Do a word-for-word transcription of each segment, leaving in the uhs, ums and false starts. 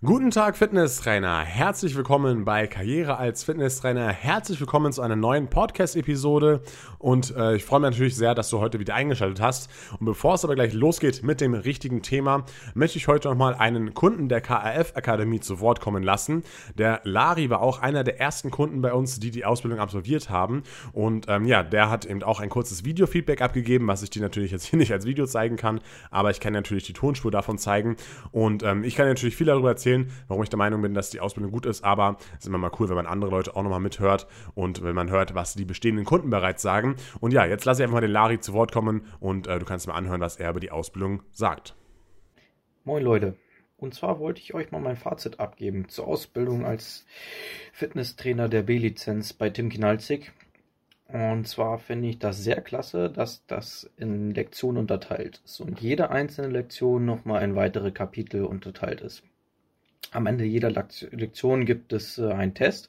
Guten Tag Fitnesstrainer, herzlich willkommen bei Karriere als Fitnesstrainer, herzlich willkommen zu einer neuen Podcast-Episode und äh, ich freue mich natürlich sehr, dass du heute wieder eingeschaltet hast und bevor es aber gleich losgeht mit dem richtigen Thema, möchte ich heute nochmal einen Kunden der K A F-Akademie zu Wort kommen lassen. Der Lari war auch einer der ersten Kunden bei uns, die die Ausbildung absolviert haben und ähm, ja, der hat eben auch ein kurzes Video-Feedback abgegeben, was ich dir natürlich jetzt hier nicht als Video zeigen kann, aber ich kann natürlich die Tonspur davon zeigen und ähm, ich kann dir natürlich viel darüber erzählen, warum ich der Meinung bin, dass die Ausbildung gut ist, aber es ist immer mal cool, wenn man andere Leute auch nochmal mithört und wenn man hört, was die bestehenden Kunden bereits sagen. Und ja, jetzt lasse ich einfach mal den Lari zu Wort kommen und äh, du kannst mal anhören, was er über die Ausbildung sagt. Moin Leute, und zwar wollte ich euch mal mein Fazit abgeben zur Ausbildung als Fitnesstrainer der B-Lizenz bei Tim Kinalzig. Und zwar finde ich das sehr klasse, dass das in Lektionen unterteilt ist und jede einzelne Lektion nochmal in weitere Kapitel unterteilt ist. Am Ende jeder Lektion gibt es äh, einen Test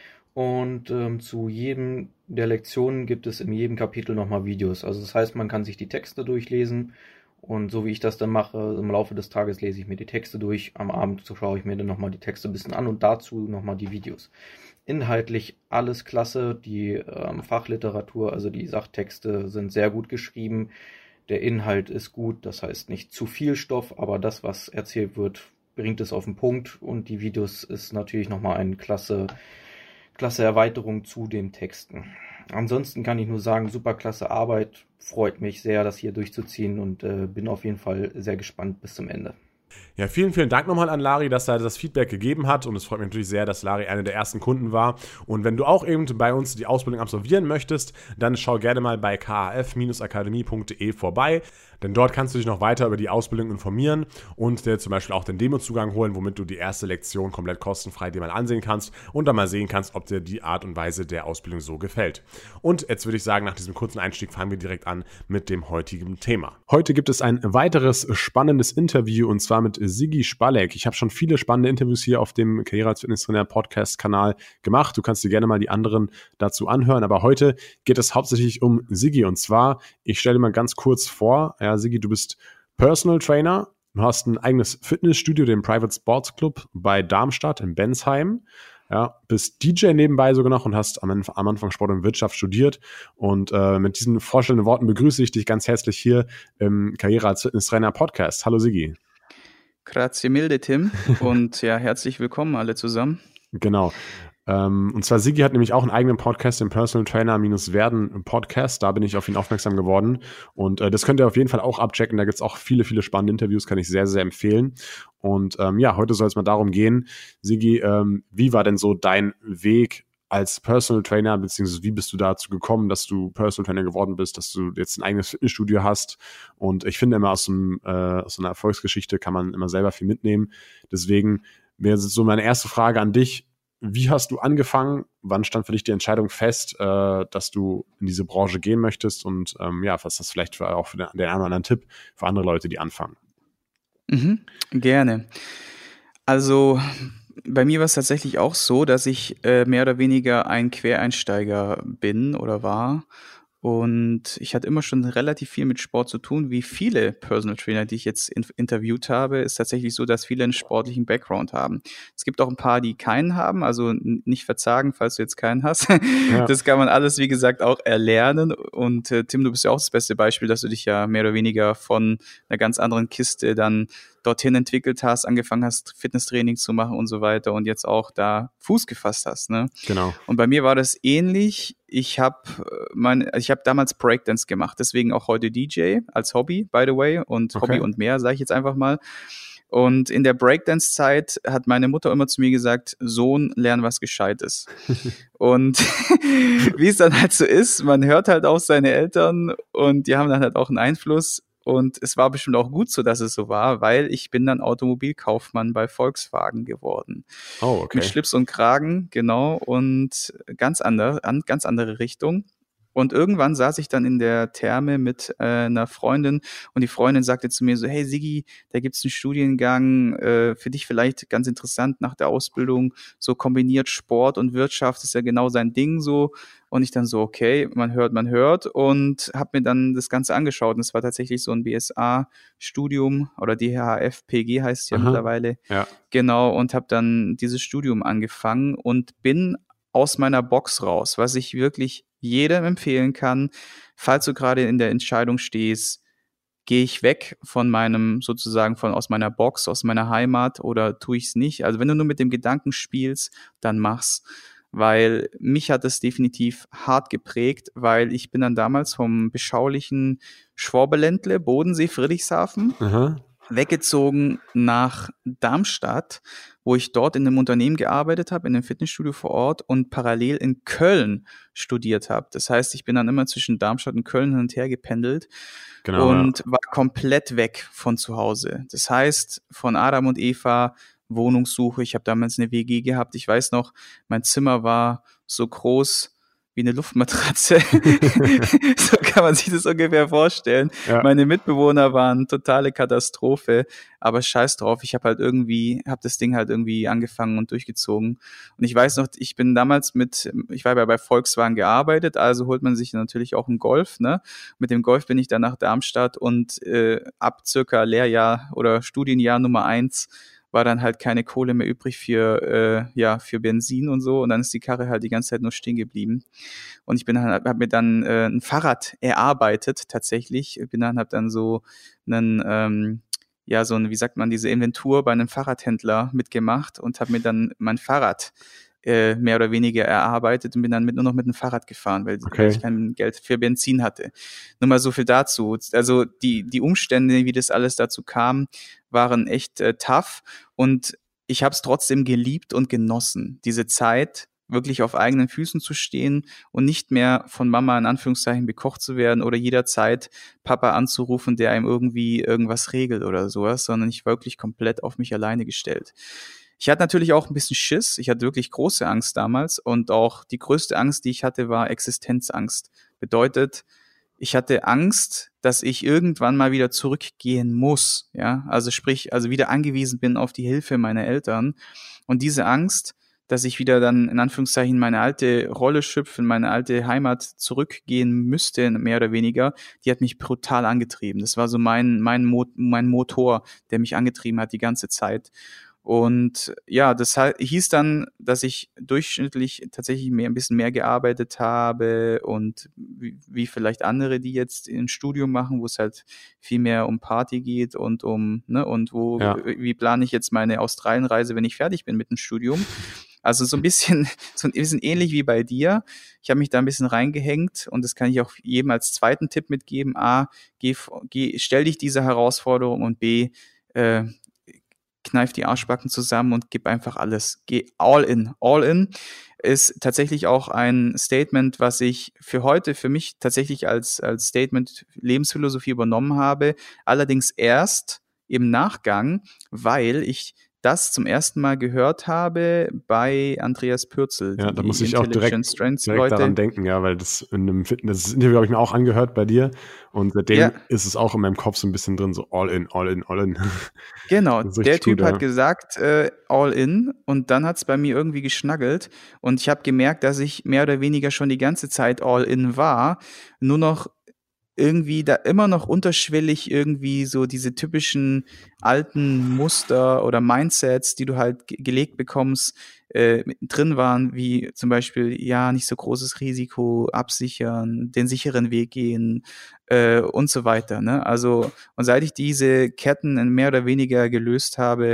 und ähm, zu jedem der Lektionen gibt es in jedem Kapitel nochmal Videos. Also das heißt, man kann sich die Texte durchlesen und so wie ich das dann mache, im Laufe des Tages lese ich mir die Texte durch. Am Abend schaue ich mir dann nochmal die Texte ein bisschen an und dazu nochmal die Videos. Inhaltlich alles klasse, die ähm, Fachliteratur, also die Sachtexte sind sehr gut geschrieben. Der Inhalt ist gut, das heißt nicht zu viel Stoff, aber das, was erzählt wird, bringt es auf den Punkt und die Videos ist natürlich nochmal eine klasse, klasse Erweiterung zu den Texten. Ansonsten kann ich nur sagen, super klasse Arbeit, freut mich sehr, das hier durchzuziehen und äh, bin auf jeden Fall sehr gespannt bis zum Ende. Ja, vielen, vielen Dank nochmal an Lari, dass er das Feedback gegeben hat und es freut mich natürlich sehr, dass Lari einer der ersten Kunden war und wenn du auch eben bei uns die Ausbildung absolvieren möchtest, dann schau gerne mal bei k a f akademie punkt d e vorbei, denn dort kannst du dich noch weiter über die Ausbildung informieren und dir zum Beispiel auch den Demozugang holen, womit du die erste Lektion komplett kostenfrei dir mal ansehen kannst und dann mal sehen kannst, ob dir die Art und Weise der Ausbildung so gefällt. Und jetzt würde ich sagen, nach diesem kurzen Einstieg fangen wir direkt an mit dem heutigen Thema. Heute gibt es ein weiteres spannendes Interview und zwar mit Sigi Spalek. Ich habe schon viele spannende Interviews hier auf dem Karriere als Fitnesstrainer Podcast-Kanal gemacht. Du kannst dir gerne mal die anderen dazu anhören, aber heute geht es hauptsächlich um Sigi und zwar, ich stelle dir mal ganz kurz vor, ja Sigi, du bist Personal Trainer, du hast ein eigenes Fitnessstudio, den Private Sports Club bei Darmstadt in Bensheim. Ja, bist D J nebenbei sogar noch und hast am, am Anfang Sport und Wirtschaft studiert. Und äh, mit diesen vorstellenden Worten begrüße ich dich ganz herzlich hier im Karriere als Fitnesstrainer Podcast. Hallo Sigi. Grazie milde, Tim. Und ja, herzlich willkommen alle zusammen. Genau. Ähm, und zwar Sigi hat nämlich auch einen eigenen Podcast, den Personal Trainer-Werden Podcast. Da bin ich auf ihn aufmerksam geworden. Und äh, das könnt ihr auf jeden Fall auch abchecken. Da gibt es auch viele, viele spannende Interviews, kann ich sehr, sehr empfehlen. Und ähm, ja, heute soll es mal darum gehen, Sigi, ähm, wie war denn so dein Weg als Personal Trainer, beziehungsweise wie bist du dazu gekommen, dass du Personal Trainer geworden bist, dass du jetzt ein eigenes Fitnessstudio hast? Und ich finde immer aus, einem, äh, aus so einer Erfolgsgeschichte kann man immer selber viel mitnehmen. Deswegen wäre so meine erste Frage an dich. Wie hast du angefangen? Wann stand für dich die Entscheidung fest, äh, dass du in diese Branche gehen möchtest? Und ähm, ja, was ist das vielleicht für, auch für den, den einen oder anderen Tipp für andere Leute, die anfangen? Mhm, gerne. Also bei mir war es tatsächlich auch so, dass ich äh, mehr oder weniger ein Quereinsteiger bin oder war. Und ich hatte immer schon relativ viel mit Sport zu tun. Wie viele Personal Trainer, die ich jetzt in- interviewt habe, ist tatsächlich so, dass viele einen sportlichen Background haben. Es gibt auch ein paar, die keinen haben, also n- nicht verzagen, falls du jetzt keinen hast. Ja. Das kann man alles, wie gesagt, auch erlernen. Und äh, Tim, du bist ja auch das beste Beispiel, dass du dich ja mehr oder weniger von einer ganz anderen Kiste dann dorthin entwickelt hast, angefangen hast, Fitnesstraining zu machen und so weiter und jetzt auch da Fuß gefasst hast, ne? Genau. Und bei mir war das ähnlich. Ich habe mein, ich habe damals Breakdance gemacht, deswegen auch heute D J als Hobby, by the way, und Okay. Hobby und mehr, sage ich jetzt einfach mal. Und in der Breakdance-Zeit hat meine Mutter immer zu mir gesagt, Sohn, lern was Gescheites. Und wie es dann halt so ist, man hört halt auch seine Eltern und die haben dann halt auch einen Einfluss. Und es war bestimmt auch gut so, dass es so war, weil ich bin dann Automobilkaufmann bei Volkswagen geworden. Oh, okay. Mit Schlips und Kragen, genau, und ganz andere, an, ganz andere Richtung. Und irgendwann saß ich dann in der Therme mit äh, einer Freundin und die Freundin sagte zu mir so, hey Sigi, da gibt's einen Studiengang, äh, für dich vielleicht ganz interessant nach der Ausbildung, so kombiniert Sport und Wirtschaft, ist ja genau sein Ding so. Und ich dann so, okay, man hört, man hört und habe mir dann das Ganze angeschaut. Und es war tatsächlich so ein B S A-Studium oder D H F P G heißt es ja Aha. mittlerweile. Ja. Genau, und habe dann dieses Studium angefangen und bin aus meiner Box raus, was ich wirklich jedem empfehlen kann, falls du gerade in der Entscheidung stehst, gehe ich weg von meinem, sozusagen von aus meiner Box, aus meiner Heimat oder tue ich es nicht? Also wenn du nur mit dem Gedanken spielst, dann mach's. Weil mich hat es definitiv hart geprägt, weil ich bin dann damals vom beschaulichen Schwabeländle, Bodensee, Friedrichshafen, Aha. weggezogen nach Darmstadt, wo ich dort in einem Unternehmen gearbeitet habe, in einem Fitnessstudio vor Ort und parallel in Köln studiert habe. Das heißt, ich bin dann immer zwischen Darmstadt und Köln hin und her gependelt Genau, und ja. war komplett weg von zu Hause. Das heißt, von Adam und Eva, Wohnungssuche, ich habe damals eine W G gehabt, ich weiß noch, mein Zimmer war so groß wie eine Luftmatratze. So kann man sich das ungefähr vorstellen. Ja. Meine Mitbewohner waren totale Katastrophe, aber scheiß drauf, ich habe halt irgendwie, habe das Ding halt irgendwie angefangen und durchgezogen. Und ich weiß noch, ich bin damals mit, ich habe ja bei Volkswagen gearbeitet, also holt man sich natürlich auch einen Golf, ne? Mit dem Golf bin ich dann nach Darmstadt und äh, ab circa Lehrjahr oder Studienjahr Nummer eins war dann halt keine Kohle mehr übrig für äh, ja für Benzin und so und dann ist die Karre halt die ganze Zeit nur stehen geblieben und ich bin dann habe mir dann äh, ein Fahrrad erarbeitet tatsächlich, bin dann hab dann so einen ähm, ja so ein, wie sagt man, diese Inventur bei einem Fahrradhändler mitgemacht und habe mir dann mein Fahrrad äh, mehr oder weniger erarbeitet und bin dann mit, nur noch mit dem Fahrrad gefahren, weil, Okay. weil ich kein Geld für Benzin hatte. Nur mal so viel dazu. Also die die Umstände, wie das alles dazu kam, waren echt äh, tough und ich habe es trotzdem geliebt und genossen, diese Zeit wirklich auf eigenen Füßen zu stehen und nicht mehr von Mama in Anführungszeichen bekocht zu werden oder jederzeit Papa anzurufen, der einem irgendwie irgendwas regelt oder sowas, sondern ich war wirklich komplett auf mich alleine gestellt. Ich hatte natürlich auch ein bisschen Schiss, ich hatte wirklich große Angst damals und auch die größte Angst, die ich hatte, war Existenzangst. Bedeutet, ich hatte Angst, dass ich irgendwann mal wieder zurückgehen muss, ja, also sprich, also wieder angewiesen bin auf die Hilfe meiner Eltern und diese Angst, dass ich wieder dann in Anführungszeichen meine alte Rolle schlüpfe, in meine alte Heimat zurückgehen müsste, mehr oder weniger, die hat mich brutal angetrieben. Das war so mein mein Mo- mein Motor, der mich angetrieben hat die ganze Zeit. Und ja, das hieß dann, dass ich durchschnittlich tatsächlich mehr, ein bisschen mehr gearbeitet habe und wie, wie vielleicht andere, die jetzt ein Studium machen, wo es halt viel mehr um Party geht und um, ne, und wo, Ja. wie plane ich jetzt meine Australienreise, wenn ich fertig bin mit dem Studium. Also so ein bisschen, so ein bisschen ähnlich wie bei dir. Ich habe mich da ein bisschen reingehängt und das kann ich auch jedem als zweiten Tipp mitgeben. A, geh, geh, stell dich dieser Herausforderung und B, äh, kneif die Arschbacken zusammen und gib einfach alles. Geh all in. All in ist tatsächlich auch ein Statement, was ich für heute für mich tatsächlich als, als Statement Lebensphilosophie übernommen habe. Allerdings erst im Nachgang, weil ich das zum ersten Mal gehört habe bei Andreas Pürzel. Ja, die da muss ich auch direkt, Intelligent Strengths direkt Leute. daran denken, ja, weil das in einem Fitness, das Interview habe ich mir auch angehört bei dir und seitdem Ja. ist es auch in meinem Kopf so ein bisschen drin, so all in, all in, all in. Genau, Das ist der richtig Typ gut, hat ja. gesagt, äh, all in und dann hat's bei mir irgendwie geschnaggelt und ich habe gemerkt, dass ich mehr oder weniger schon die ganze Zeit all in war, nur noch irgendwie da immer noch unterschwellig irgendwie so diese typischen alten Muster oder Mindsets, die du halt ge gelegt bekommst, äh, drin waren, wie zum Beispiel, ja, nicht so großes Risiko, absichern, den sicheren Weg gehen äh, und so weiter. Ne? Also, und seit ich diese Ketten in mehr oder weniger gelöst habe,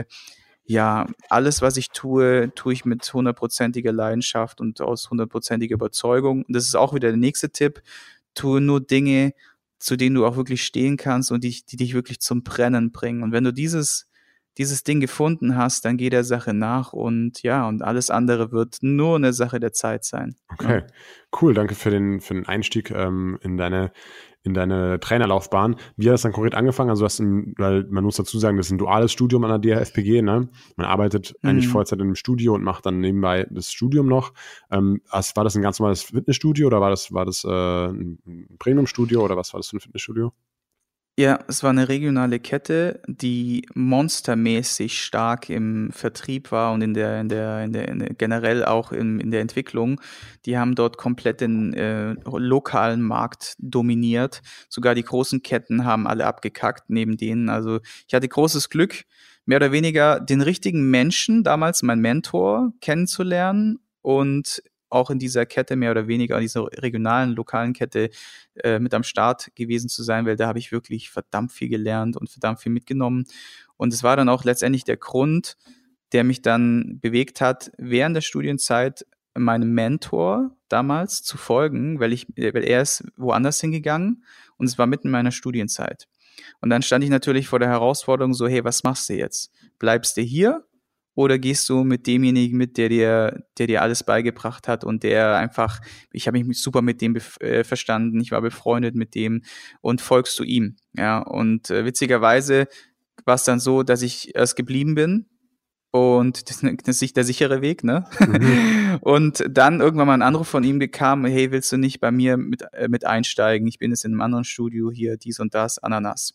ja, alles, was ich tue, tue ich mit hundertprozentiger Leidenschaft und aus hundertprozentiger Überzeugung. Und das ist auch wieder der nächste Tipp. Tue nur Dinge, zu denen du auch wirklich stehen kannst und die, die dich wirklich zum Brennen bringen. Und wenn du dieses, dieses Ding gefunden hast, dann geh der Sache nach und ja, und alles andere wird nur eine Sache der Zeit sein. Okay, Ja. cool, danke für den, für den Einstieg ähm, in deine in deine Trainerlaufbahn. Wie hat das dann konkret angefangen? Also du hast, ein, weil man muss dazu sagen, das ist ein duales Studium an der D H F P G, ne? Man arbeitet mhm. eigentlich Vollzeit in einem Studio und macht dann nebenbei das Studium noch. Ähm, war das ein ganz normales Fitnessstudio oder war das, war das äh, ein Premium-Studio oder was war das für ein Fitnessstudio? Ja, es war eine regionale Kette, die monstermäßig stark im Vertrieb war und in der, in der, in der, in der generell auch in, in der Entwicklung. Die haben dort komplett den äh, lokalen Markt dominiert. Sogar die großen Ketten haben alle abgekackt neben denen. Also ich hatte großes Glück, mehr oder weniger den richtigen Menschen, damals mein Mentor, kennenzulernen und auch in dieser Kette mehr oder weniger, dieser regionalen, lokalen Kette äh, mit am Start gewesen zu sein, weil da habe ich wirklich verdammt viel gelernt und verdammt viel mitgenommen. Und es war dann auch letztendlich der Grund, der mich dann bewegt hat, während der Studienzeit meinem Mentor damals zu folgen, weil ich, weil er ist woanders hingegangen und es war mitten in meiner Studienzeit. Und dann stand ich natürlich vor der Herausforderung so, hey, was machst du jetzt? Bleibst du hier? Oder gehst du mit demjenigen mit, der dir, der dir alles beigebracht hat und der einfach, ich habe mich super mit dem bef- äh, verstanden, ich war befreundet mit dem und folgst du ihm, ja. Und äh, witzigerweise war es dann so, dass ich erst geblieben bin und das, das ist der sichere Weg, ne? Mhm. Und dann irgendwann mal ein Anruf von ihm bekam, hey, willst du nicht bei mir mit, äh, mit einsteigen? Ich bin jetzt in einem anderen Studio hier, dies und das, Ananas.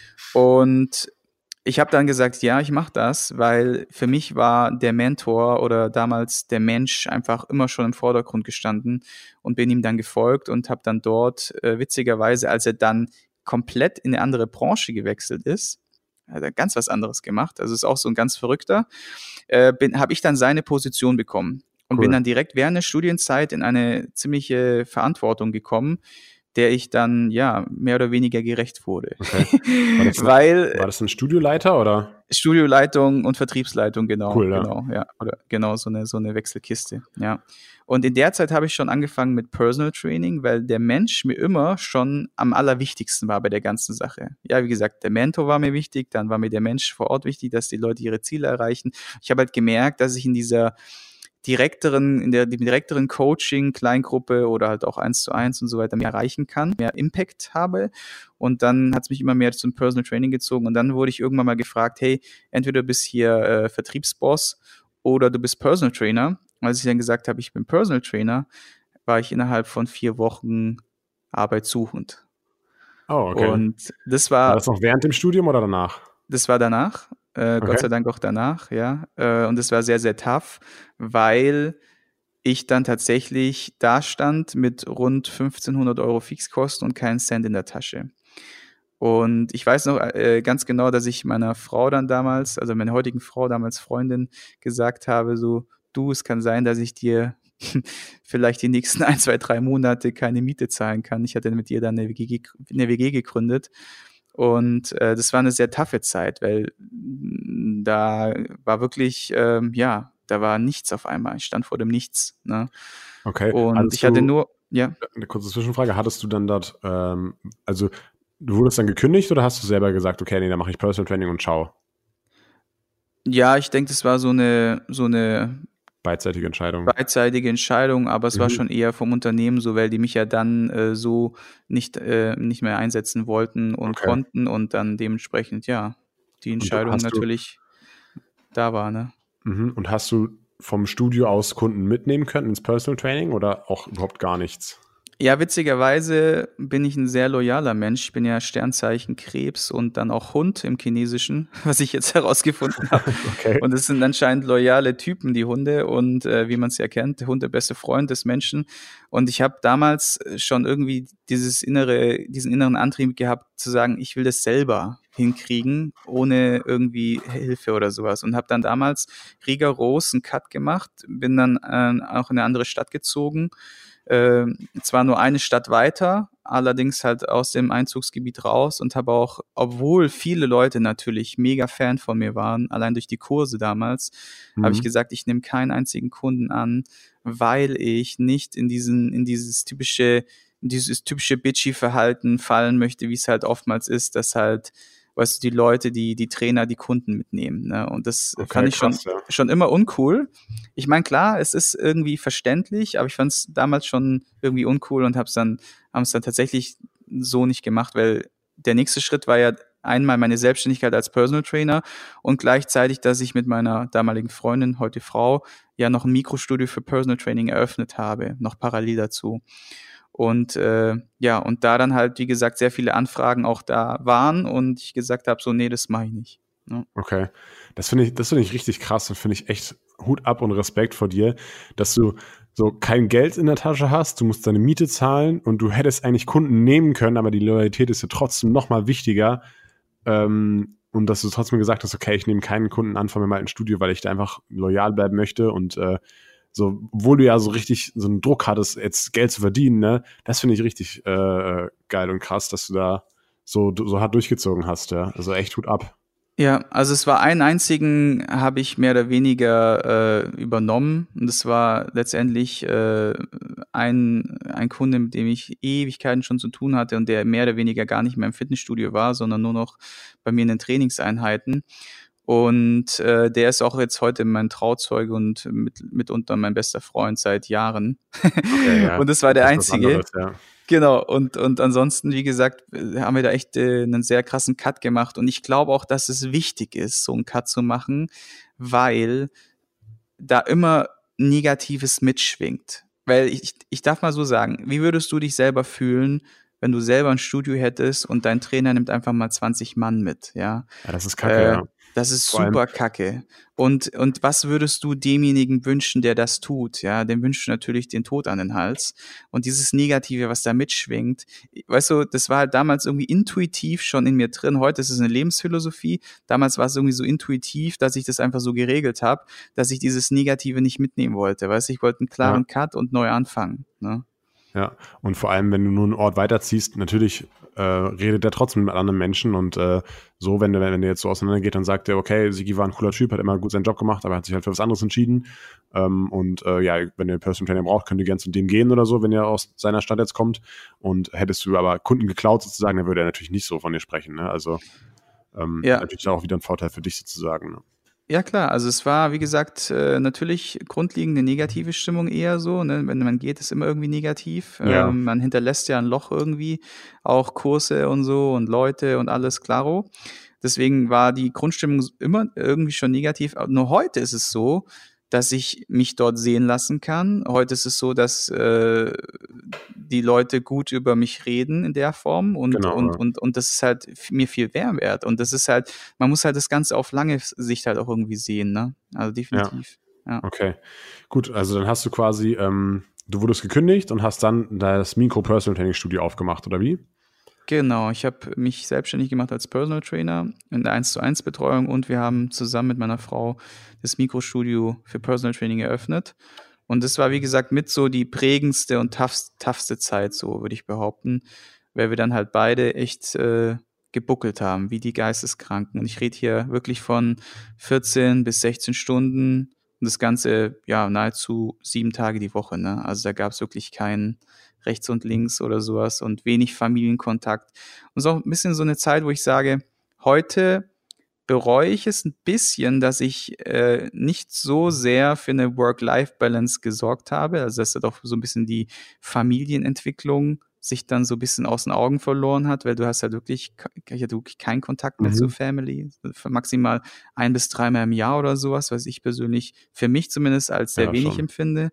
Und ich habe dann gesagt, ja, ich mache das, weil für mich war der Mentor oder damals der Mensch einfach immer schon im Vordergrund gestanden und bin ihm dann gefolgt und habe dann dort, äh, witzigerweise, als er dann komplett in eine andere Branche gewechselt ist, hat er ganz was anderes gemacht, also ist auch so ein ganz Verrückter, äh, habe ich dann seine Position bekommen und cool. bin dann direkt während der Studienzeit in eine ziemliche Verantwortung gekommen, der ich dann, ja, mehr oder weniger gerecht wurde. Okay. War das, Weil, war das ein Studioleiter, oder? Studioleitung und Vertriebsleitung, genau. Cool, ja. Genau, ja. Oder genau, so eine, so eine Wechselkiste, ja. Und in der Zeit habe ich schon angefangen mit Personal Training, weil der Mensch mir immer schon am allerwichtigsten war bei der ganzen Sache. Ja, wie gesagt, der Mentor war mir wichtig, dann war mir der Mensch vor Ort wichtig, dass die Leute ihre Ziele erreichen. Ich habe halt gemerkt, dass ich in dieser direkteren, in der direkteren Coaching, Kleingruppe oder halt auch eins zu eins und so weiter mehr erreichen kann, mehr Impact habe. Und dann hat es mich immer mehr zum Personal Training gezogen. Und dann wurde ich irgendwann mal gefragt, hey, entweder du bist hier äh, Vertriebsboss oder du bist Personal Trainer. Als ich dann gesagt habe, ich bin Personal Trainer, war ich innerhalb von vier Wochen arbeitssuchend. Oh, okay. Und das war... War das noch während dem Studium oder danach? Das war danach. Äh, okay. Gott sei Dank auch danach, ja. Äh, und es war sehr, sehr tough, weil ich dann tatsächlich da stand mit rund fünfzehnhundert Euro Fixkosten und keinen Cent in der Tasche. Und ich weiß noch äh, ganz genau, dass ich meiner Frau dann damals, also meiner heutigen Frau, damals Freundin, gesagt habe, so, du, es kann sein, dass ich dir vielleicht die nächsten ein, zwei, drei Monate keine Miete zahlen kann. Ich hatte mit ihr dann eine W G, eine W G gegründet. Und äh, das war eine sehr taffe Zeit, weil da war wirklich, ähm, ja, da war nichts auf einmal. Ich stand vor dem Nichts. Ne? Okay. Und hattest ich hatte du, nur, ja. Eine kurze Zwischenfrage, hattest du dann dort, ähm, also du wurdest dann gekündigt oder hast du selber gesagt, okay, nee, dann mache ich Personal Training und ciao? Ja, ich denke, das war so eine, so eine beidseitige Entscheidung. Beidseitige Entscheidung, aber es Mhm. war schon eher vom Unternehmen so, weil die mich ja dann äh, so nicht, äh, nicht mehr einsetzen wollten und Okay. konnten und dann dementsprechend, ja, die Entscheidung hast du- natürlich da war, ne? Mhm. Und hast du vom Studio aus Kunden mitnehmen können ins Personal Training oder auch überhaupt gar nichts? Ja, witzigerweise bin ich ein sehr loyaler Mensch. Ich bin ja Sternzeichen Krebs und dann auch Hund im Chinesischen, was ich jetzt herausgefunden habe. Okay. Und es sind anscheinend loyale Typen, die Hunde. Und äh, wie man es ja kennt, der Hund der beste Freund des Menschen. Und ich habe damals schon irgendwie dieses innere, diesen inneren Antrieb gehabt, zu sagen, ich will das selber hinkriegen, ohne irgendwie Hilfe oder sowas. Und habe dann damals rigoros einen Cut gemacht, bin dann äh, auch in eine andere Stadt gezogen. Äh, zwar nur eine Stadt weiter, allerdings halt aus dem Einzugsgebiet raus und habe auch, obwohl viele Leute natürlich mega Fan von mir waren, allein durch die Kurse damals, Mhm. habe ich gesagt, ich nehme keinen einzigen Kunden an, weil ich nicht in diesen, in dieses typische, in dieses typische Bitchy-Verhalten fallen möchte, wie es halt oftmals ist, dass halt, weißt du, die Leute, die, die Trainer, die Kunden mitnehmen, ne? Und das Okay, fand ich krass, schon, ja. schon immer uncool. Ich meine, klar, es ist irgendwie verständlich, aber ich fand es damals schon irgendwie uncool und habe es dann, haben es dann tatsächlich so nicht gemacht, weil der nächste Schritt war ja einmal meine Selbstständigkeit als Personal Trainer und gleichzeitig, dass ich mit meiner damaligen Freundin, heute Frau, ja noch ein Mikrostudio für Personal Training eröffnet habe, noch parallel dazu. Und äh, ja, und da dann halt, wie gesagt, sehr viele Anfragen auch da waren und ich gesagt habe, so, nee, das mache ich nicht. Ja. Okay, das finde ich, das finde ich richtig krass und finde ich echt Hut ab und Respekt vor dir, dass du so kein Geld in der Tasche hast, du musst deine Miete zahlen und du hättest eigentlich Kunden nehmen können, aber die Loyalität ist ja trotzdem noch mal wichtiger. Ähm, und dass du trotzdem gesagt hast, okay, ich nehme keinen Kunden an von mir mal ins Studio, weil ich da einfach loyal bleiben möchte und äh, so, obwohl du ja so richtig so einen Druck hattest, jetzt Geld zu verdienen, ne, das finde ich richtig äh, geil und krass, dass du da so, so hart durchgezogen hast, ja. Also echt Hut ab. Ja, also es war einen einzigen, habe ich mehr oder weniger äh, übernommen. Und es war letztendlich äh, ein, ein Kunde, mit dem ich Ewigkeiten schon zu tun hatte und der mehr oder weniger gar nicht mehr im Fitnessstudio war, sondern nur noch bei mir in den Trainingseinheiten. Und äh, der ist auch jetzt heute mein Trauzeuge und mit, mitunter mein bester Freund seit Jahren. Okay, ja. Und das war der Das ist was einzige. anderes, ja. Genau, und, und ansonsten, wie gesagt, haben wir da echt äh, einen sehr krassen Cut gemacht. Und ich glaube auch, dass es wichtig ist, so einen Cut zu machen, weil da immer Negatives mitschwingt. Weil ich, ich darf mal so sagen, wie würdest du dich selber fühlen, wenn du selber ein Studio hättest und dein Trainer nimmt einfach mal zwanzig Mann mit, ja? Ja, das ist kacke, Äh, ja. Das ist Vor allem- super kacke. Und, und was würdest du demjenigen wünschen, der das tut? Ja, dem wünschst du natürlich den Tod an den Hals. Und dieses Negative, was da mitschwingt, weißt du, das war halt damals irgendwie intuitiv schon in mir drin. Heute ist es eine Lebensphilosophie. Damals war es irgendwie so intuitiv, dass ich das einfach so geregelt habe, dass ich dieses Negative nicht mitnehmen wollte. Weißt du, ich wollte einen klaren Cut und neu anfangen. Ne? Ja, und vor allem, wenn du nur einen Ort weiterziehst, natürlich äh, redet er trotzdem mit anderen Menschen und äh, so, wenn der, wenn der jetzt so auseinandergeht, dann sagt er, okay, Sigi war ein cooler Typ, hat immer gut seinen Job gemacht, aber hat sich halt für was anderes entschieden ähm, und äh, ja, wenn ihr Personal Trainer braucht, könnt ihr gerne zu dem gehen oder so, wenn ihr aus seiner Stadt jetzt kommt und hättest du aber Kunden geklaut sozusagen, dann würde er natürlich nicht so von dir sprechen, ne? Also ähm, Ja. natürlich auch wieder ein Vorteil für dich sozusagen, ne? Ja klar, also es war, wie gesagt, äh, natürlich grundlegend eine negative Stimmung eher so, ne? Wenn man geht, ist immer irgendwie negativ. Ja. Ähm, man hinterlässt ja ein Loch irgendwie, auch Kurse und so und Leute und alles klaro. Deswegen war die Grundstimmung immer irgendwie schon negativ. Nur heute ist es so, dass ich mich dort sehen lassen kann. Heute ist es so, dass äh, die Leute gut über mich reden in der Form und, Genau, und, ja. und, und das ist halt f- mir viel mehr wert. Und das ist halt, man muss halt das Ganze auf lange Sicht halt auch irgendwie sehen, ne? Also definitiv. Ja. Okay, gut, also dann hast du quasi, ähm, du wurdest gekündigt und hast dann das Mikro-Personal-Training-Studio aufgemacht, oder wie? Genau, ich habe mich selbstständig gemacht als Personal Trainer in der eins zu eins Betreuung und wir haben zusammen mit meiner Frau das Mikrostudio für Personal Training eröffnet. Und das war, wie gesagt, mit so die prägendste und toughste, toughste Zeit, so würde ich behaupten, weil wir dann halt beide echt äh, gebuckelt haben, wie die Geisteskranken. Und ich rede hier wirklich von vierzehn bis sechzehn Stunden und das Ganze, ja, nahezu sieben Tage die Woche, ne? Also da gab es wirklich keinen rechts und links oder sowas und wenig Familienkontakt. Und so ein bisschen so eine Zeit, wo ich sage, heute bereue ich es ein bisschen, dass ich äh, nicht so sehr für eine Work-Life-Balance gesorgt habe. Also dass da doch so ein bisschen die Familienentwicklung sich dann so ein bisschen aus den Augen verloren hat, weil du hast halt wirklich, ich hatte wirklich keinen Kontakt mehr Mhm. zur Family. Für maximal ein bis dreimal im Jahr oder sowas, was ich persönlich für mich zumindest als sehr Ja, wenig schon. empfinde.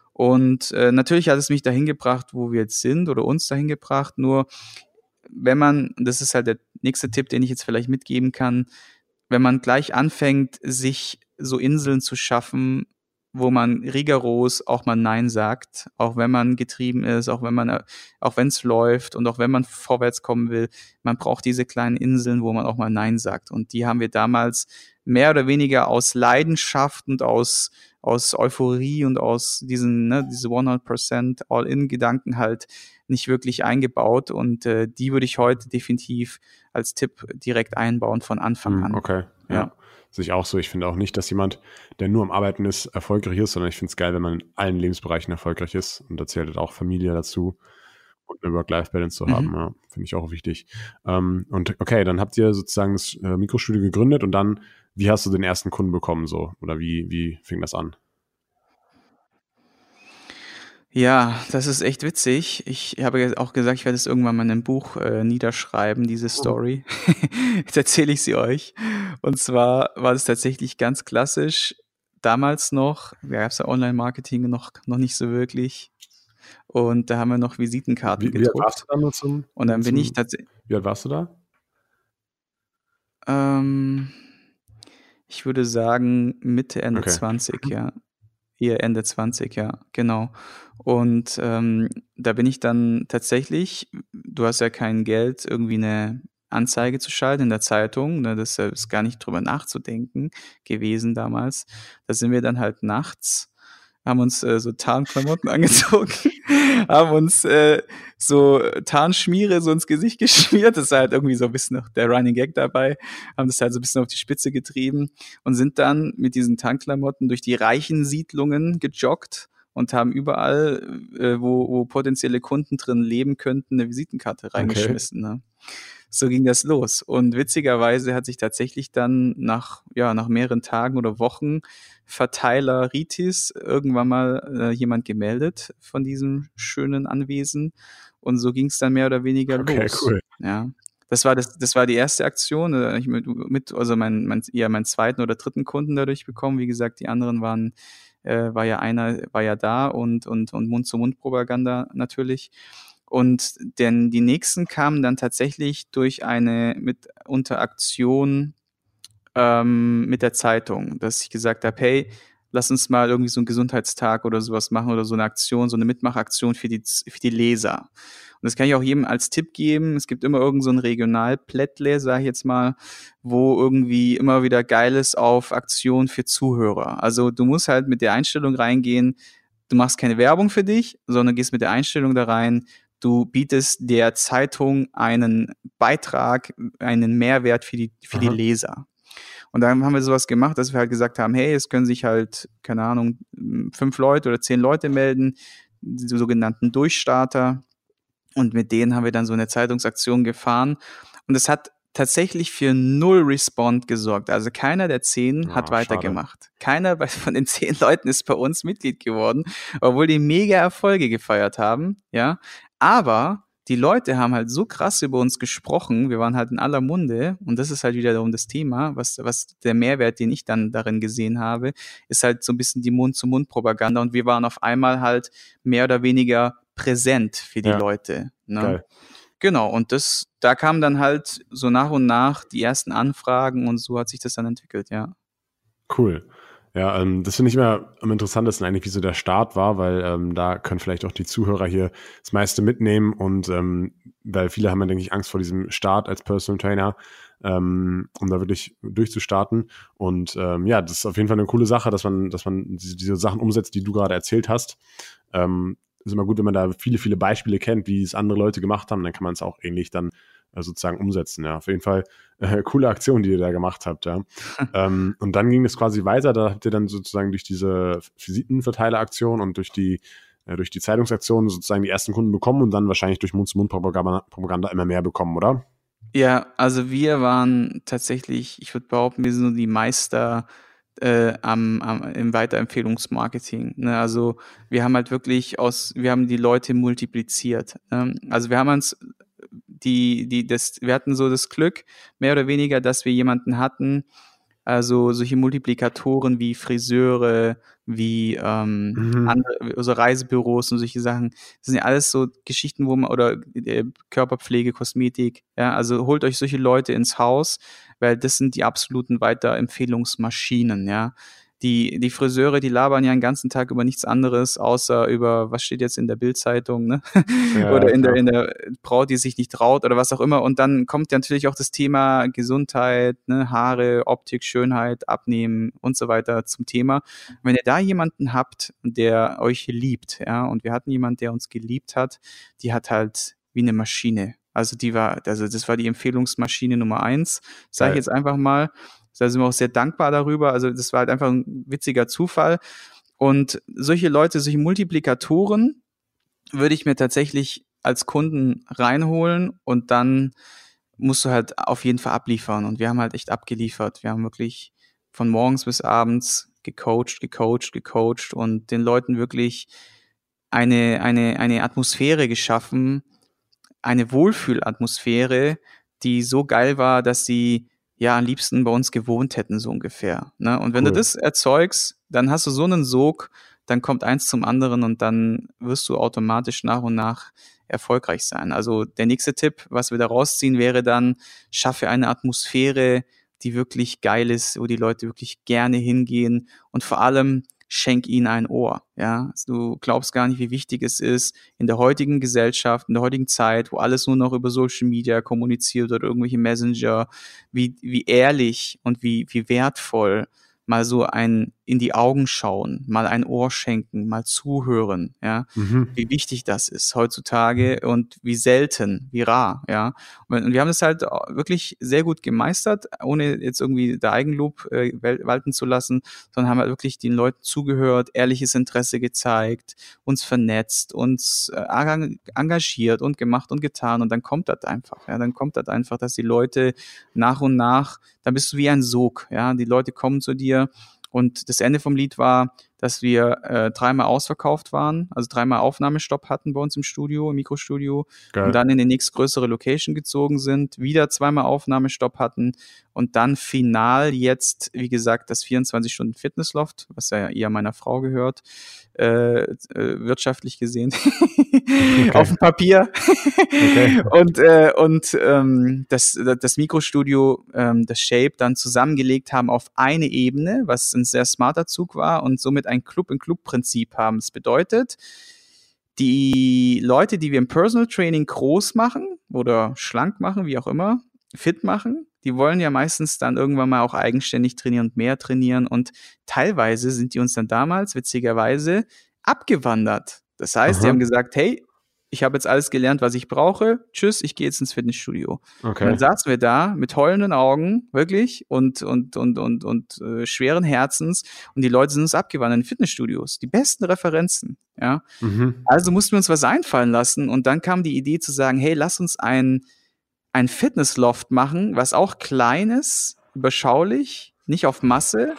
Und äh, natürlich hat es mich dahin gebracht, wo wir jetzt sind oder uns dahin gebracht. Nur wenn man, das ist halt der nächste Tipp, den ich jetzt vielleicht mitgeben kann, wenn man gleich anfängt, sich so Inseln zu schaffen, wo man rigoros auch mal Nein sagt, auch wenn man getrieben ist, auch wenn man, auch wenn es läuft und auch wenn man vorwärts kommen will, man braucht diese kleinen Inseln, wo man auch mal Nein sagt. Und die haben wir damals mehr oder weniger aus Leidenschaft und aus aus Euphorie und aus diesen, ne, diese hundert Prozent All-in-Gedanken halt nicht wirklich eingebaut und äh, die würde ich heute definitiv als Tipp direkt einbauen von Anfang Hm, an. okay, ja. Ja. Sehe ich auch so. Ich finde auch nicht, dass jemand, der nur am Arbeiten ist, erfolgreich ist, sondern ich finde es geil, wenn man in allen Lebensbereichen erfolgreich ist. Und da zählt halt auch Familie dazu und eine Work-Life-Balance zu Mhm. haben. Ja, finde ich auch wichtig. Ähm, und okay, dann habt ihr sozusagen das äh, Mikrostudio gegründet und dann, wie hast du den ersten Kunden bekommen so? Oder wie, wie fing das an? Ja, das ist echt witzig. Ich habe ja auch gesagt, ich werde es irgendwann mal in einem Buch äh, niederschreiben, diese Story. Jetzt erzähle ich sie euch. Und zwar war es tatsächlich ganz klassisch. Damals noch, da gab es ja Online-Marketing noch, noch nicht so wirklich. Und da haben wir noch Visitenkarten Wie, wie alt warst gedruckt. du dann nur zum, Und dann bin ich zum tatsächlich, Wie alt warst du da? ähm, ich würde sagen, Mitte, Ende Okay. zwanzig, ja. Eher Ende zwanzig, ja, genau. Und ähm, da bin ich dann tatsächlich, du hast ja kein Geld, irgendwie eine Anzeige zu schalten in der Zeitung, ne, das ist gar nicht drüber nachzudenken gewesen damals. Da sind wir dann halt nachts, haben uns äh, so Tarnklamotten angezogen, haben uns äh, so Tarnschmiere so ins Gesicht geschmiert. Das war halt irgendwie so ein bisschen noch der Running Gag dabei, haben das halt so ein bisschen auf die Spitze getrieben und sind dann mit diesen Tarnklamotten durch die reichen Siedlungen gejoggt und haben überall, äh, wo, wo potenzielle Kunden drin leben könnten, eine Visitenkarte reingeschmissen. Ne? So ging das los. Und witzigerweise hat sich tatsächlich dann nach, ja, nach mehreren Tagen oder Wochen Verteiler Ritis irgendwann mal äh, jemand gemeldet von diesem schönen Anwesen. Und so ging es dann mehr oder weniger Okay, los. cool. Ja. Das war das, das war die erste Aktion. äh, Ich mit, mit also mein, mein, eher meinen zweiten oder dritten Kunden dadurch bekommen. Wie gesagt, die anderen waren, äh, war ja einer, war ja da und, und, und Mund-zu-Mund-Propaganda natürlich. Und denn die nächsten kamen dann tatsächlich durch eine mit Interaktion ähm, mit der Zeitung, dass ich gesagt habe, hey, lass uns mal irgendwie so einen Gesundheitstag oder sowas machen oder so eine Aktion, so eine Mitmachaktion für die, für die Leser. Und das kann ich auch jedem als Tipp geben. Es gibt immer irgend so ein Regionalplättle, sage ich jetzt mal, wo irgendwie immer wieder Geiles auf Aktion für Zuhörer. Also du musst halt mit der Einstellung reingehen, du machst keine Werbung für dich, sondern gehst mit der Einstellung da rein, du bietest der Zeitung einen Beitrag, einen Mehrwert für die, für die Aha. Leser. Und dann haben wir sowas gemacht, dass wir halt gesagt haben, hey, es können sich halt, keine Ahnung, fünf Leute oder zehn Leute melden, die sogenannten Durchstarter. Und mit denen haben wir dann so eine Zeitungsaktion gefahren. Und es hat tatsächlich für null Respond gesorgt. Also keiner der zehn hat Ah, weitergemacht. Keiner von den zehn Leuten ist bei uns Mitglied geworden, obwohl die mega Erfolge gefeiert haben, ja. Aber die Leute haben halt so krass über uns gesprochen, wir waren halt in aller Munde und das ist halt wiederum das Thema, was, was der Mehrwert, den ich dann darin gesehen habe, ist halt so ein bisschen die Mund-zu-Mund-Propaganda und wir waren auf einmal halt mehr oder weniger präsent für die Ja. Leute. Ne? Geil. Genau, und das, da kamen dann halt so nach und nach die ersten Anfragen und so hat sich das dann entwickelt, ja. Cool. Ja, ähm, das finde ich immer am interessantesten eigentlich, wie so der Start war, weil ähm, da können vielleicht auch die Zuhörer hier das meiste mitnehmen und ähm, weil viele haben ja, denke ich, Angst vor diesem Start als Personal Trainer, ähm, um da wirklich durchzustarten. Und ähm, ja, das ist auf jeden Fall eine coole Sache, dass man, dass man diese, diese Sachen umsetzt, die du gerade erzählt hast. Ähm, ist immer gut, wenn man da viele, viele Beispiele kennt, wie es andere Leute gemacht haben, dann kann man es auch ähnlich dann äh, sozusagen umsetzen. Ja, auf jeden Fall äh, coole Aktion, die ihr da gemacht habt. Ja. ähm, und dann ging es quasi weiter. Da habt ihr dann sozusagen durch diese Visitenverteileraktion und durch die äh, durch die Zeitungsaktion sozusagen die ersten Kunden bekommen und dann wahrscheinlich durch Mund-zu-Mund-Propaganda Propaganda immer mehr bekommen, oder? Ja, also wir waren tatsächlich, ich würde behaupten, wir sind so die Meister äh, am, am, im Weiterempfehlungsmarketing. Ne? Also wir haben halt wirklich aus, wir haben die Leute multipliziert. Ne? Also wir haben uns die, die, das, wir hatten so das Glück, mehr oder weniger, dass wir jemanden hatten, also solche Multiplikatoren wie Friseure, wie ähm, Mhm. andere, also Reisebüros und solche Sachen. Das sind ja alles so Geschichten, wo man, oder äh, Körperpflege, Kosmetik, ja, also holt euch solche Leute ins Haus, weil das sind die absoluten Weiterempfehlungsmaschinen, ja. Die, die Friseure, die labern ja den ganzen Tag über nichts anderes, außer über, was steht jetzt in der Bild-Zeitung, ne? Ja, Oder in der, klar. in der Braut, die sich nicht traut oder was auch immer. Und dann kommt ja natürlich auch das Thema Gesundheit, ne, Haare, Optik, Schönheit, Abnehmen und so weiter zum Thema. Wenn ihr da jemanden habt, der euch liebt, ja, und wir hatten jemanden, der uns geliebt hat, die hat halt wie eine Maschine. Also die war, also das war die Empfehlungsmaschine Nummer eins, sage ich Geil. jetzt einfach mal. Da sind wir auch sehr dankbar darüber. Also das war halt einfach ein witziger Zufall. Und solche Leute, solche Multiplikatoren würde ich mir tatsächlich als Kunden reinholen und dann musst du halt auf jeden Fall abliefern. Und wir haben halt echt abgeliefert. Wir haben wirklich von morgens bis abends gecoacht, gecoacht, gecoacht und den Leuten wirklich eine, eine, eine Atmosphäre geschaffen, eine Wohlfühlatmosphäre, die so geil war, dass sie ja am liebsten bei uns gewohnt hätten, so ungefähr. Ne? Und wenn Cool. du das erzeugst, dann hast du so einen Sog, dann kommt eins zum anderen und dann wirst du automatisch nach und nach erfolgreich sein. Also der nächste Tipp, was wir da rausziehen, wäre dann, schaffe eine Atmosphäre, die wirklich geil ist, wo die Leute wirklich gerne hingehen und vor allem schenk ihnen ein Ohr. Ja, also du glaubst gar nicht, wie wichtig es ist in der heutigen Gesellschaft, in der heutigen Zeit, wo alles nur noch über Social Media kommuniziert oder irgendwelche Messenger, wie wie ehrlich und wie wie wertvoll mal so ein in die Augen schauen, mal ein Ohr schenken, mal zuhören, ja, Mhm. wie wichtig das ist heutzutage und wie selten, wie rar, ja. Und wir haben das halt wirklich sehr gut gemeistert, ohne jetzt irgendwie der Eigenlob äh, walten zu lassen, sondern haben halt wirklich den Leuten zugehört, ehrliches Interesse gezeigt, uns vernetzt, uns äh, engagiert und gemacht und getan und dann kommt das einfach, ja, dann kommt das einfach, dass die Leute nach und nach, dann bist du wie ein Sog, ja, die Leute kommen zu dir und das Ende vom Lied war, dass wir äh, dreimal ausverkauft waren, also dreimal Aufnahmestopp hatten bei uns im Studio, im Mikrostudio Geil. und dann in die nächstgrößere Location gezogen sind, wieder zweimal Aufnahmestopp hatten und dann final jetzt, wie gesagt, das vierundzwanzig Stunden Fitnessloft, was ja eher meiner Frau gehört, äh, äh, wirtschaftlich gesehen, Okay. auf dem Papier. Okay. Und, äh, und ähm, das, das Mikrostudio, ähm, das Shape dann zusammengelegt haben auf eine Ebene, was ein sehr smarter Zug war und somit ein Club-in-Club-Prinzip haben. Das bedeutet, die Leute, die wir im Personal Training groß machen oder schlank machen, wie auch immer, fit machen, die wollen ja meistens dann irgendwann mal auch eigenständig trainieren und mehr trainieren und teilweise sind die uns dann damals, witzigerweise, abgewandert. Das heißt, Aha. die haben gesagt, hey, ich habe jetzt alles gelernt, was ich brauche. Tschüss, ich gehe jetzt ins Fitnessstudio. Okay. Und dann saßen wir da mit heulenden Augen, wirklich, und, und, und, und, und äh, schweren Herzens. Und die Leute sind uns abgewandert in Fitnessstudios. Die besten Referenzen, ja. Mhm. Also mussten wir uns was einfallen lassen. Und dann kam die Idee zu sagen, hey, lass uns ein, ein Fitnessloft machen, was auch klein ist, überschaulich, nicht auf Masse.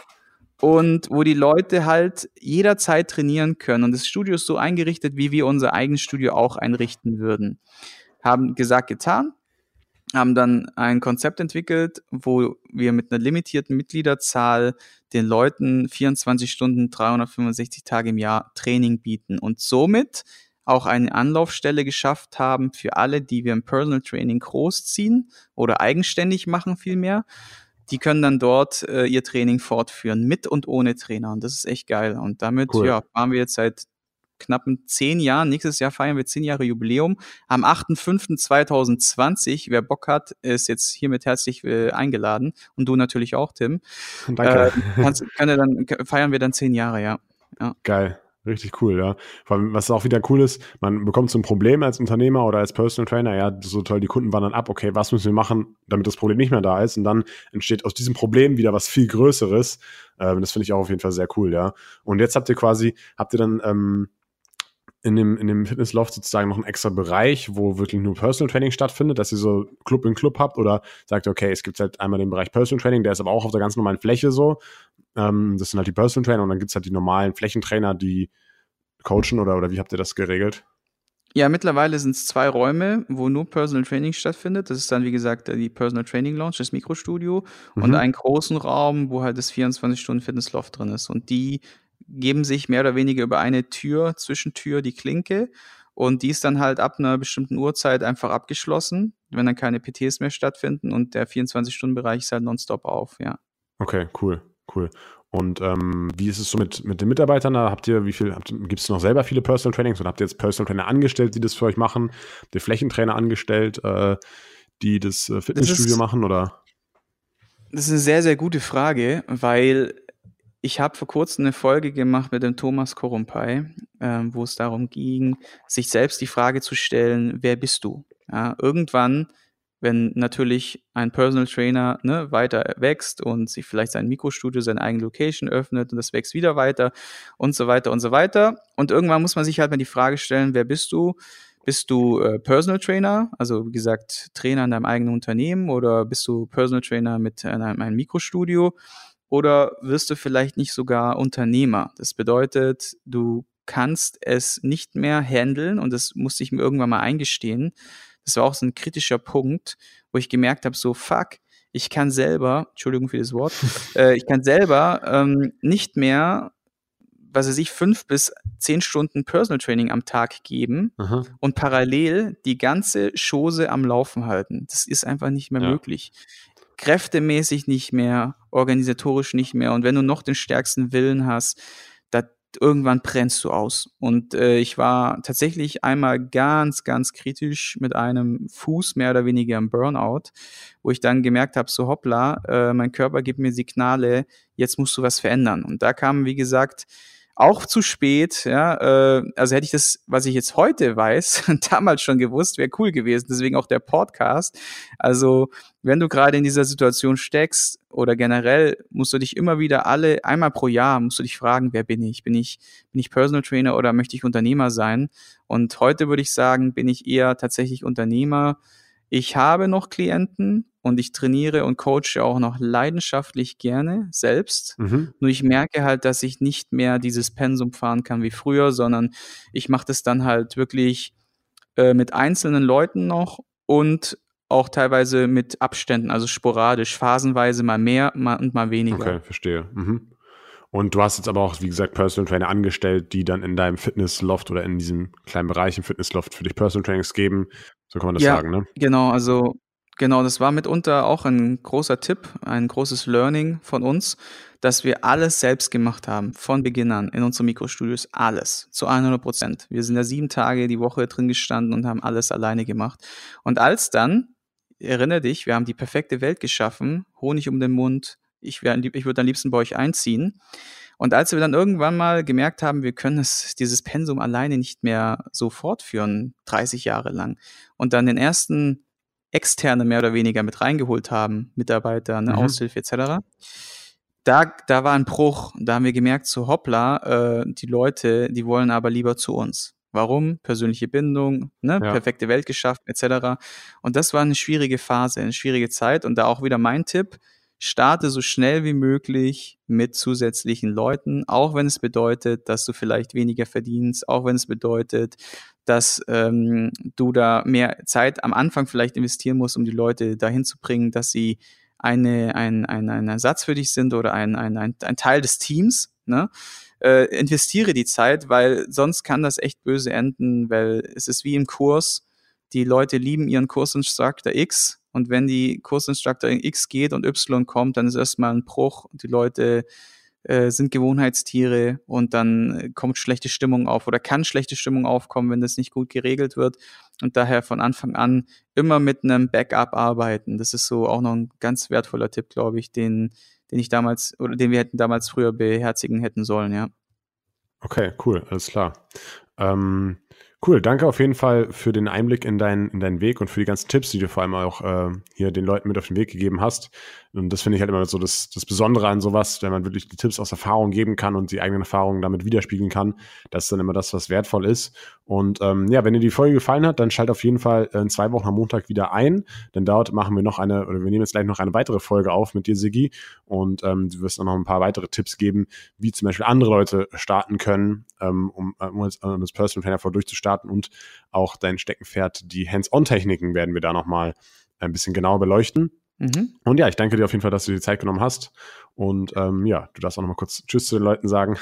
Und wo die Leute halt jederzeit trainieren können. Und das Studio ist so eingerichtet, wie wir unser eigenes Studio auch einrichten würden. Haben gesagt, getan, haben dann ein Konzept entwickelt, wo wir mit einer limitierten Mitgliederzahl den Leuten vierundzwanzig Stunden, dreihundertfünfundsechzig Tage im Jahr Training bieten und somit auch eine Anlaufstelle geschafft haben für alle, die wir im Personal Training großziehen oder eigenständig machen vielmehr. Die können dann dort äh, ihr Training fortführen, mit und ohne Trainer. Und das ist echt geil. Und damit, Cool. ja, waren wir jetzt seit knappen zehn Jahren. Nächstes Jahr feiern wir zehn Jahre Jubiläum. Am achter fünfter zweitausendzwanzig. Wer Bock hat, ist jetzt hiermit herzlich äh, eingeladen. Und du natürlich auch, Tim. Danke. Äh, kannst, kann er dann, feiern wir dann zehn Jahre, ja. ja. Geil. Richtig cool, ja. Vor allem, was auch wieder cool ist, man bekommt so ein Problem als Unternehmer oder als Personal Trainer, ja, so toll, die Kunden wandern ab, okay, was müssen wir machen, damit das Problem nicht mehr da ist? Und dann entsteht aus diesem Problem wieder was viel Größeres. Ähm, das finde ich auch auf jeden Fall sehr cool, ja. Und jetzt habt ihr quasi, habt ihr dann ähm, in dem, in dem Fitnessloft sozusagen noch einen extra Bereich, wo wirklich nur Personal Training stattfindet, dass ihr so Club in Club habt oder sagt, okay, es gibt halt einmal den Bereich Personal Training, der ist aber auch auf der ganz normalen Fläche so. Ähm, das sind halt die Personal Trainer und dann gibt es halt die normalen Flächentrainer, die coachen oder, oder wie habt ihr das geregelt? Ja, mittlerweile sind es zwei Räume, wo nur Personal Training stattfindet. Das ist dann, wie gesagt, die Personal Training Lounge, das Mikrostudio Mhm. und einen großen Raum, wo halt das vierundzwanzig Stunden Fitnessloft drin ist. Und die geben sich mehr oder weniger über eine Tür, Zwischentür, die Klinke. Und die ist dann halt ab einer bestimmten Uhrzeit einfach abgeschlossen, wenn dann keine P Ts mehr stattfinden. Und der vierundzwanzig-Stunden-Bereich ist halt nonstop auf, ja. Okay, cool, cool. Und ähm, wie ist es so mit, mit den Mitarbeitern? Da habt ihr, wie viel, gibt es noch selber viele Personal Trainings oder habt ihr jetzt Personal Trainer angestellt, die das für euch machen? Habt ihr Flächentrainer angestellt, äh, die das äh, Fitnessstudio Das ist- machen oder? Das ist eine sehr, sehr gute Frage, weil ich habe vor kurzem eine Folge gemacht mit dem Thomas Korumpay, ähm, wo es darum ging, sich selbst die Frage zu stellen, wer bist du? Ja, irgendwann, wenn natürlich ein Personal Trainer ne, weiter wächst und sich vielleicht sein Mikrostudio, seine eigene Location öffnet und das wächst wieder weiter und so weiter und so weiter. Und irgendwann muss man sich halt mal die Frage stellen, wer bist du? Bist du äh, Personal Trainer, also wie gesagt Trainer in deinem eigenen Unternehmen oder bist du Personal Trainer mit einem, einem Mikrostudio oder wirst du vielleicht nicht sogar Unternehmer? Das bedeutet, du kannst es nicht mehr handeln und das musste ich mir irgendwann mal eingestehen. Das war auch so ein kritischer Punkt, wo ich gemerkt habe, so fuck, ich kann selber, Entschuldigung für das Wort, äh, ich kann selber ähm, nicht mehr, was weiß ich, fünf bis zehn Stunden Personal Training am Tag geben Aha. und parallel die ganze Chose am Laufen halten. Das ist einfach nicht mehr Ja. möglich. Kräftemäßig nicht mehr, organisatorisch nicht mehr. Und wenn du noch den stärksten Willen hast, da irgendwann brennst du aus. Und äh, ich war tatsächlich einmal ganz, ganz kritisch mit einem Fuß mehr oder weniger im Burnout, wo ich dann gemerkt habe, so hoppla, äh, mein Körper gibt mir Signale, jetzt musst du was verändern. Und da kam, wie gesagt, auch zu spät, ja, äh, also hätte ich das, was ich jetzt heute weiß, damals schon gewusst, wäre cool gewesen, deswegen auch der Podcast. Also, wenn du gerade in dieser Situation steckst oder generell, musst du dich immer wieder alle, einmal pro Jahr, musst du dich fragen, wer bin ich? Bin ich, bin ich Personal Trainer oder möchte ich Unternehmer sein? Und heute würde ich sagen, bin ich eher tatsächlich Unternehmer. Ich habe noch Klienten und ich trainiere und coache auch noch leidenschaftlich gerne selbst. Mhm. Nur ich merke halt, dass ich nicht mehr dieses Pensum fahren kann wie früher, sondern ich mache das dann halt wirklich äh, mit einzelnen Leuten noch und auch teilweise mit Abständen, also sporadisch, phasenweise mal mehr mal und mal weniger. Okay, verstehe. Mhm. Und du hast jetzt aber auch, wie gesagt, Personal Trainer angestellt, die dann in deinem Fitnessloft oder in diesem kleinen Bereich im Fitnessloft für dich Personal Trainings geben. So kann man das Ja, sagen, ne? genau, also genau, das war mitunter auch ein großer Tipp, ein großes Learning von uns, dass wir alles selbst gemacht haben, von Beginn an in unseren Mikrostudios, alles, zu hundert Prozent. Wir sind da sieben Tage die Woche drin gestanden und haben alles alleine gemacht. Und als dann, erinnere dich, wir haben die perfekte Welt geschaffen, Honig um den Mund, ich, wär, ich würde am liebsten bei euch einziehen. Und als wir dann irgendwann mal gemerkt haben, wir können es, dieses Pensum alleine nicht mehr so fortführen, dreißig Jahre lang, und dann den ersten Externe mehr oder weniger mit reingeholt haben, Mitarbeiter, eine Mhm. Aushilfe et cetera. Da, da war ein Bruch. Da haben wir gemerkt, so hoppla, äh, die Leute, die wollen aber lieber zu uns. Warum? Persönliche Bindung, ne, Ja. perfekte Welt geschaffen et cetera. Und das war eine schwierige Phase, eine schwierige Zeit. Und da auch wieder mein Tipp: Starte so schnell wie möglich mit zusätzlichen Leuten, auch wenn es bedeutet, dass du vielleicht weniger verdienst, auch wenn es bedeutet, dass ähm, du da mehr Zeit am Anfang vielleicht investieren musst, um die Leute dahin zu bringen, dass sie eine, ein, ein, ein Ersatz für dich sind oder ein, ein, ein, ein Teil des Teams, ne? Äh, investiere die Zeit, weil sonst kann das echt böse enden, weil es ist wie im Kurs, die Leute lieben ihren Kursinstructor X und wenn die Kursinstructor X geht und Y kommt, dann ist erstmal ein Bruch und die Leute äh, sind Gewohnheitstiere und dann kommt schlechte Stimmung auf oder kann schlechte Stimmung aufkommen, wenn das nicht gut geregelt wird, und daher von Anfang an immer mit einem Backup arbeiten. Das ist so auch noch ein ganz wertvoller Tipp, glaube ich, den, den ich damals oder den wir hätten damals früher beherzigen hätten sollen, ja. Okay, cool, alles klar. Ähm, cool, danke auf jeden Fall für den Einblick in, dein, in deinen Weg und für die ganzen Tipps, die du vor allem auch äh, hier den Leuten mit auf den Weg gegeben hast. Und das finde ich halt immer so das, das Besondere an sowas, wenn man wirklich die Tipps aus Erfahrung geben kann und die eigenen Erfahrungen damit widerspiegeln kann. Das ist dann immer das, was wertvoll ist. Und ähm, ja, wenn dir die Folge gefallen hat, dann schalt auf jeden Fall in zwei Wochen am Montag wieder ein. Denn dort machen wir noch eine, oder wir nehmen jetzt gleich noch eine weitere Folge auf mit dir, Siggi. Und ähm, du wirst dann noch ein paar weitere Tipps geben, wie zum Beispiel andere Leute starten können, ähm, um, um als, um als Personal Trainer vor durchzustarten, und auch dein Steckenpferd, die Hands-on-Techniken, werden wir da nochmal ein bisschen genauer beleuchten. Mhm. Und ja, ich danke dir auf jeden Fall, dass du dir die Zeit genommen hast. Und ähm, ja, du darfst auch nochmal kurz Tschüss zu den Leuten sagen.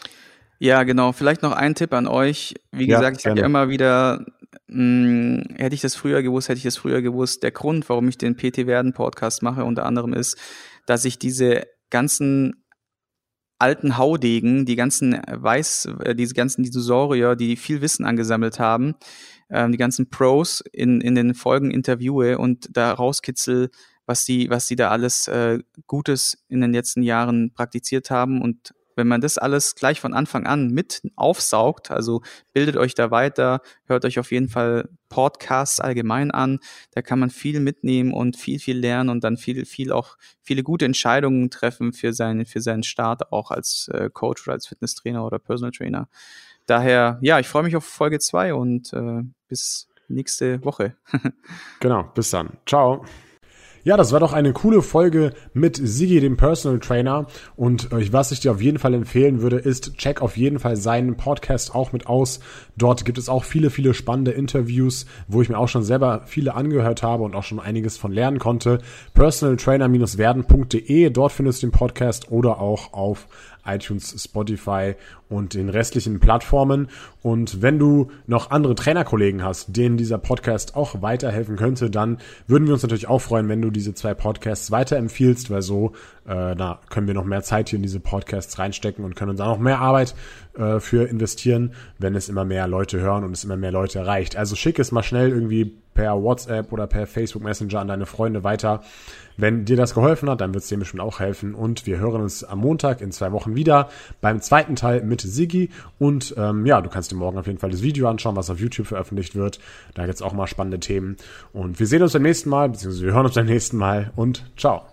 Ja, genau. Vielleicht noch ein Tipp an euch. Wie Ja, gesagt, ich sage ja gerne. immer wieder, mh, hätte ich das früher gewusst, hätte ich das früher gewusst. Der Grund, warum ich den P T Werden Podcast mache, unter anderem ist, dass ich diese ganzen alten Haudegen, die ganzen Weiß, äh, diese ganzen Dinosaurier, die viel Wissen angesammelt haben, ähm, die ganzen Pros in, in den Folgen interviewe und da rauskitzel, was die, was die da alles äh, Gutes in den letzten Jahren praktiziert haben. Und wenn man das alles gleich von Anfang an mit aufsaugt, also bildet euch da weiter, hört euch auf jeden Fall Podcasts allgemein an, da kann man viel mitnehmen und viel, viel lernen und dann viel, viel auch, viele gute Entscheidungen treffen für seinen, für seinen Start auch als äh, Coach oder als Fitnesstrainer oder Personal Trainer. Daher, ja, ich freue mich auf Folge zwei und äh, bis nächste Woche. Genau, bis dann. Ciao. Ja, das war doch eine coole Folge mit Sigi, dem Personal Trainer. Und äh, was ich dir auf jeden Fall empfehlen würde, ist, check auf jeden Fall seinen Podcast auch mit aus. Dort gibt es auch viele, viele spannende Interviews, wo ich mir auch schon selber viele angehört habe und auch schon einiges von lernen konnte. personal trainer dash werden punkt de, dort findest du den Podcast oder auch auf iTunes, Spotify und den restlichen Plattformen. Und wenn du noch andere Trainerkollegen hast, denen dieser Podcast auch weiterhelfen könnte, dann würden wir uns natürlich auch freuen, wenn du diese zwei Podcasts weiterempfiehlst, weil so äh, na, können wir noch mehr Zeit hier in diese Podcasts reinstecken und können uns auch noch mehr Arbeit äh, für investieren, wenn es immer mehr Leute hören und es immer mehr Leute erreicht. Also schick es mal schnell irgendwie per WhatsApp oder per Facebook Messenger an deine Freunde weiter. Wenn dir das geholfen hat, dann wird es dir bestimmt auch helfen. Und wir hören uns am Montag in zwei Wochen wieder beim zweiten Teil mit Sigi. Und ähm, ja, du kannst dir morgen auf jeden Fall das Video anschauen, was auf YouTube veröffentlicht wird. Da gibt es auch mal spannende Themen. Und wir sehen uns beim nächsten Mal, beziehungsweise wir hören uns beim nächsten Mal. Und ciao.